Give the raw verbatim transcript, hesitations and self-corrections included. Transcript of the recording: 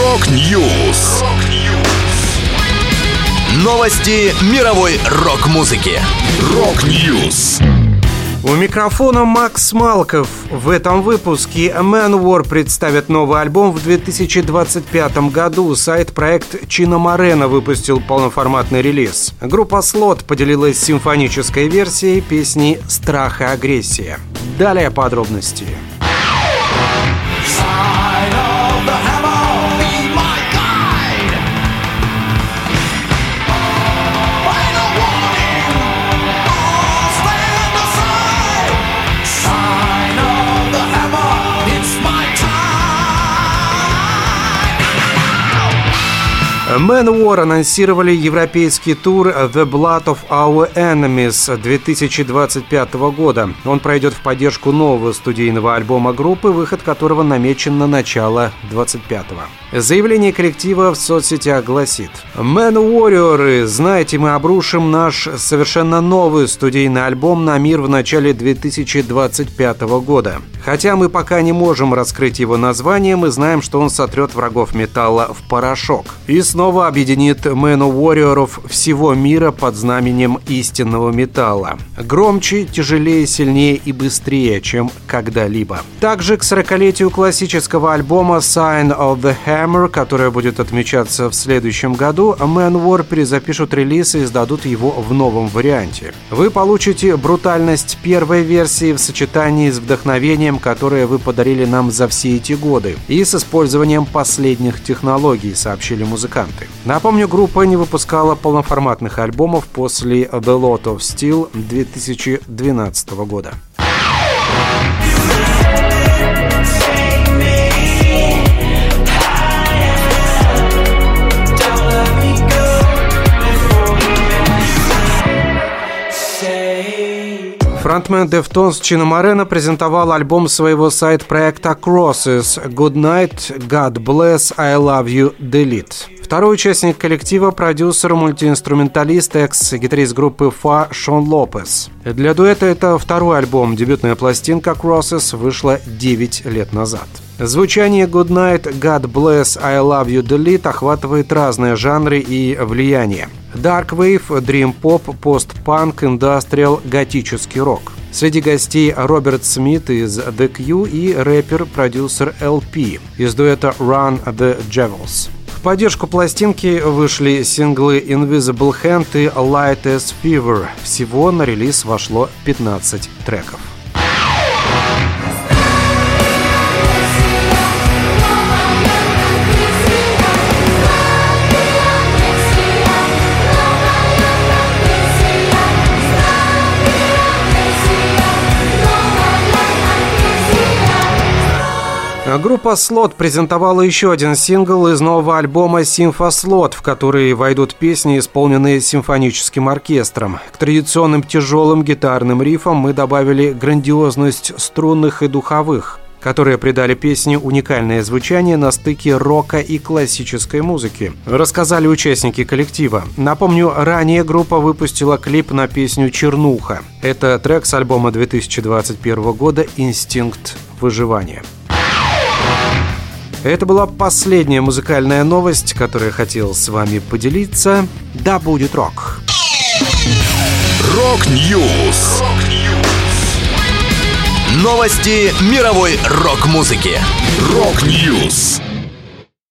Рок-Ньюс. Новости мировой рок-музыки. Рок-Ньюс. У микрофона Макс Малков. В этом выпуске Manowar представит новый альбом в две тысячи двадцать пятом году. Сайт-проект Чино Морено выпустил полноформатный релиз. Группа Slot поделилась симфонической версией песни «Страх и агрессия». Далее подробности. Manowar анонсировали европейский тур The Blood of Our Enemies две тысячи двадцать пятого года. Он пройдет в поддержку нового студийного альбома группы, выход которого намечен на начало двадцать пятого. Заявление коллектива в соцсетях гласит: «Manowar, знаете, мы обрушим наш совершенно новый студийный альбом на мир в начале две тысячи двадцать пятого года. Хотя мы пока не можем раскрыть его название, мы знаем, что он сотрет врагов металла в порошок и снова объединит Manowar всего мира под знаменем истинного металла. Громче, тяжелее, сильнее и быстрее, чем когда-либо». Также к сорокалетию классического альбома Sign of the Hammer, которое будет отмечаться в следующем году, Manowar перезапишут релиз и издадут его в новом варианте. Вы получите брутальность первой версии в сочетании с вдохновением, которое вы подарили нам за все эти годы, и с использованием последних технологий, сообщили музыканты. Напомню, группа не выпускала полноформатных альбомов после The Lot of Steel две тысячи двенадцатого года. Фронтмен Deftones Чино Морено презентовал альбом своего сайт-проекта Crosses «Good Night, God Bless, I Love You, Delete». Второй участник коллектива – продюсер, мультиинструменталист, экс-гитарист группы Фа Шон Лопес. Для дуэта это второй альбом. Дебютная пластинка Crosses вышла девять лет назад. Звучание Good Night, God Bless, I Love You, Delete охватывает разные жанры и влияния. Dark Wave, Dream Pop, Post-Punk, Industrial, готический рок. Среди гостей Роберт Смит из The Q и рэпер-продюсер эл пи из дуэта Run the Jewels. В поддержку пластинки вышли синглы Invisible Hand и Light as Fever. Всего на релиз вошло пятнадцать треков. Группа Slot презентовала еще один сингл из нового альбома Sympha Slot, в который войдут песни, исполненные симфоническим оркестром. К традиционным тяжелым гитарным рифам мы добавили грандиозность струнных и духовых, которые придали песне уникальное звучание на стыке рока и классической музыки, рассказали участники коллектива. Напомню, ранее группа выпустила клип на песню «Чернуха». Это трек с альбома две тысячи двадцать первого года «Инстинкт выживания». Это была последняя музыкальная новость, которую я хотел с вами поделиться. Да будет рок! Рок-Ньюс. Новости мировой рок-музыки. Рок-Ньюс.